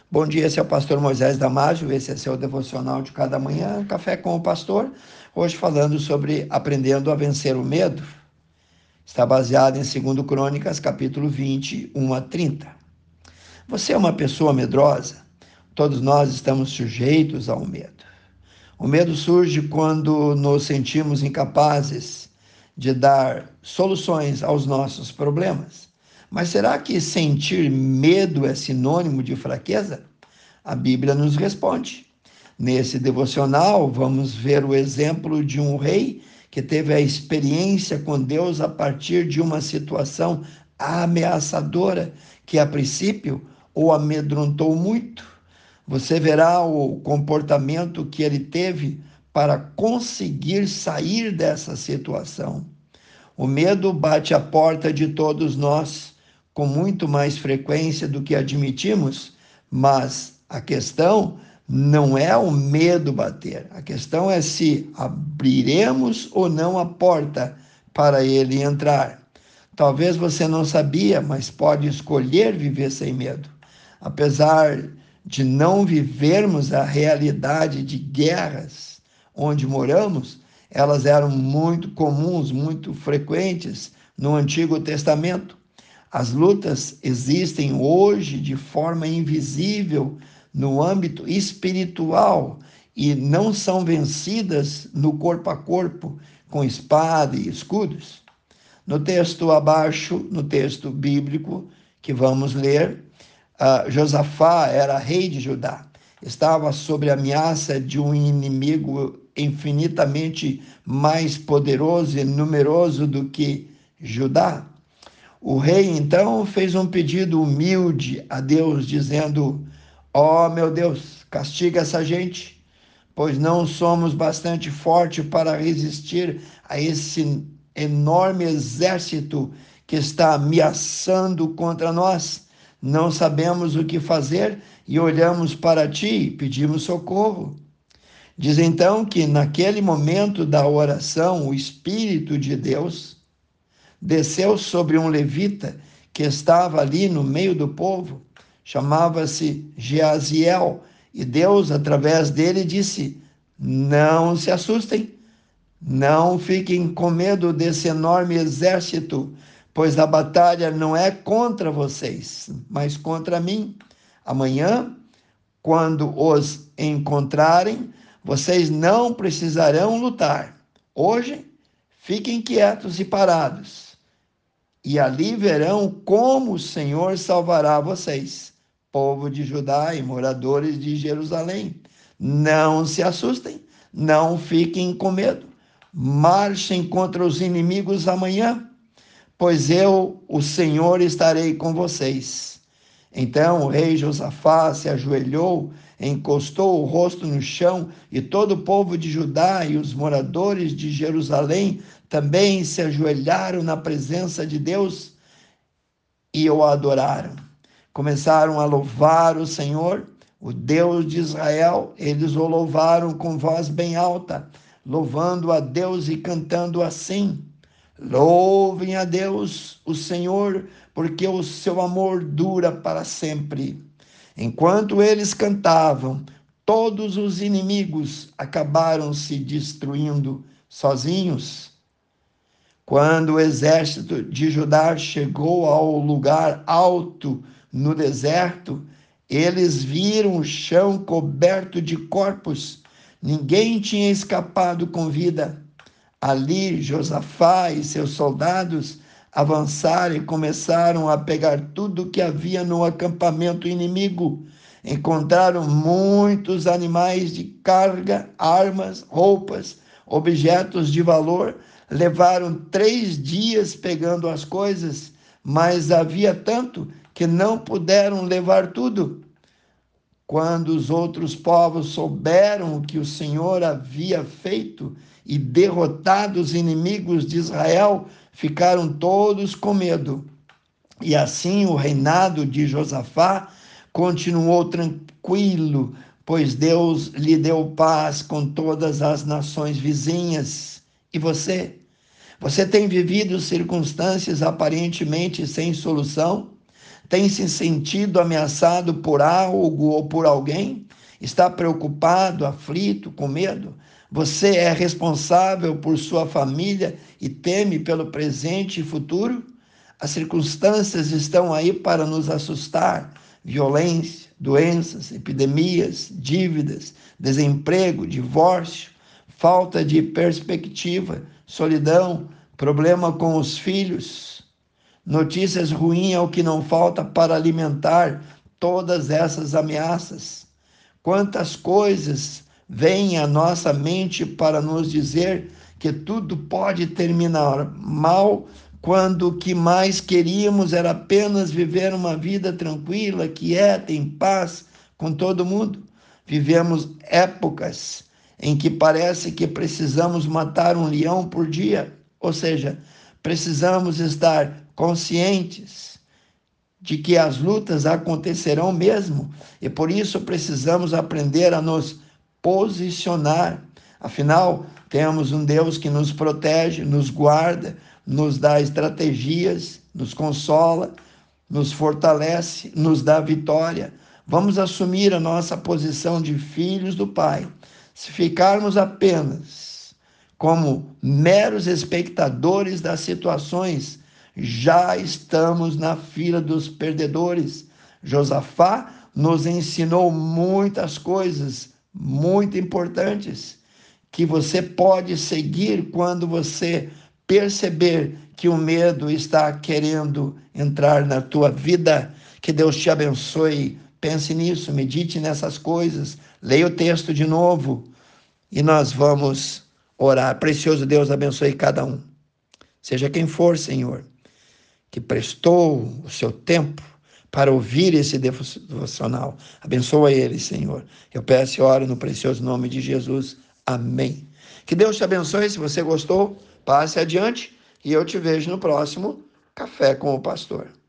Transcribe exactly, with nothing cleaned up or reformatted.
Bom dia, esse é o pastor Moisés Damásio, esse é seu devocional de cada manhã, Café com o Pastor, hoje falando sobre aprendendo a vencer o medo. Está baseado em dois Crônicas, capítulo vinte, um a trinta. Você é uma pessoa medrosa? Todos nós estamos sujeitos ao medo. O medo surge quando nos sentimos incapazes de dar soluções aos nossos problemas. Mas será que sentir medo é sinônimo de fraqueza? A Bíblia nos responde. Nesse devocional, vamos ver o exemplo de um rei que teve a experiência com Deus a partir de uma situação ameaçadora que, a princípio, o amedrontou muito. Você verá o comportamento que ele teve para conseguir sair dessa situação. O medo bate à porta de todos nós com muito mais frequência do que admitimos, mas a questão não é o medo bater, a questão é se abriremos ou não a porta para ele entrar. Talvez você não sabia, mas pode escolher viver sem medo. Apesar de não vivermos a realidade de guerras onde moramos, elas eram muito comuns, muito frequentes no Antigo Testamento. As lutas existem hoje de forma invisível no âmbito espiritual e não são vencidas no corpo a corpo, com espada e escudos. No texto abaixo, no texto bíblico que vamos ler, uh, Josafá era rei de Judá. Estava sob a ameaça de um inimigo infinitamente mais poderoso e numeroso do que Judá. O rei, então, fez um pedido humilde a Deus, dizendo: ó, oh, meu Deus, castiga essa gente, pois não somos bastante fortes para resistir a esse enorme exército que está ameaçando contra nós. Não sabemos o que fazer e olhamos para ti e pedimos socorro. Diz então que naquele momento da oração, o Espírito de Deus desceu sobre um levita que estava ali no meio do povo, chamava-se Geaziel, e Deus, através dele, disse: não se assustem, não fiquem com medo desse enorme exército, pois a batalha não é contra vocês, mas contra mim. Amanhã, quando os encontrarem, vocês não precisarão lutar. Hoje, fiquem quietos e parados, e ali verão como o Senhor salvará vocês, povo de Judá e moradores de Jerusalém. Não se assustem, não fiquem com medo. Marchem contra os inimigos amanhã, pois eu, o Senhor, estarei com vocês. Então o rei Josafá se ajoelhou, encostou o rosto no chão, e todo o povo de Judá e os moradores de Jerusalém também se ajoelharam na presença de Deus e o adoraram. Começaram a louvar o Senhor, o Deus de Israel. Eles o louvaram com voz bem alta, louvando a Deus e cantando assim: louvem a Deus, o Senhor, porque o seu amor dura para sempre. Enquanto eles cantavam, todos os inimigos acabaram se destruindo sozinhos. Quando o exército de Judá chegou ao lugar alto no deserto, eles viram o chão coberto de corpos. Ninguém tinha escapado com vida. Ali, Josafá e seus soldados avançaram e começaram a pegar tudo que havia no acampamento inimigo. Encontraram muitos animais de carga, armas, roupas, objetos de valor. Levaram três dias pegando as coisas, mas havia tanto que não puderam levar tudo. Quando os outros povos souberam o que o Senhor havia feito e derrotado os inimigos de Israel, ficaram todos com medo. E assim o reinado de Josafá continuou tranquilo, pois Deus lhe deu paz com todas as nações vizinhas. E você? Você tem vivido circunstâncias aparentemente sem solução? Tem se sentido ameaçado por algo ou por alguém? Está preocupado, aflito, com medo? Você é responsável por sua família e teme pelo presente e futuro? As circunstâncias estão aí para nos assustar: violência, doenças, epidemias, dívidas, desemprego, divórcio, falta de perspectiva, solidão, problema com os filhos. Notícias ruins é o que não falta para alimentar todas essas ameaças. Quantas coisas vêm à nossa mente para nos dizer que tudo pode terminar mal, quando o que mais queríamos era apenas viver uma vida tranquila, quieta, em paz com todo mundo. Vivemos épocas em que parece que precisamos matar um leão por dia, ou seja, precisamos estar conscientes de que as lutas acontecerão mesmo, e por isso precisamos aprender a nos posicionar. Afinal, temos um Deus que nos protege, nos guarda, nos dá estratégias, nos consola, nos fortalece, nos dá vitória. Vamos assumir a nossa posição de filhos do Pai. Se ficarmos apenas como meros espectadores das situações, já estamos na fila dos perdedores. Josafá nos ensinou muitas coisas muito importantes que você pode seguir quando você perceber que o medo está querendo entrar na tua vida. Que Deus te abençoe. Pense nisso, medite nessas coisas, leia o texto de novo e nós vamos orar. Precioso Deus, abençoe cada um. Seja quem for, Senhor, que prestou o seu tempo para ouvir esse devocional. Abençoa ele, Senhor. Eu peço e oro no precioso nome de Jesus. Amém. Que Deus te abençoe. Se você gostou, passe adiante e eu te vejo no próximo Café com o Pastor.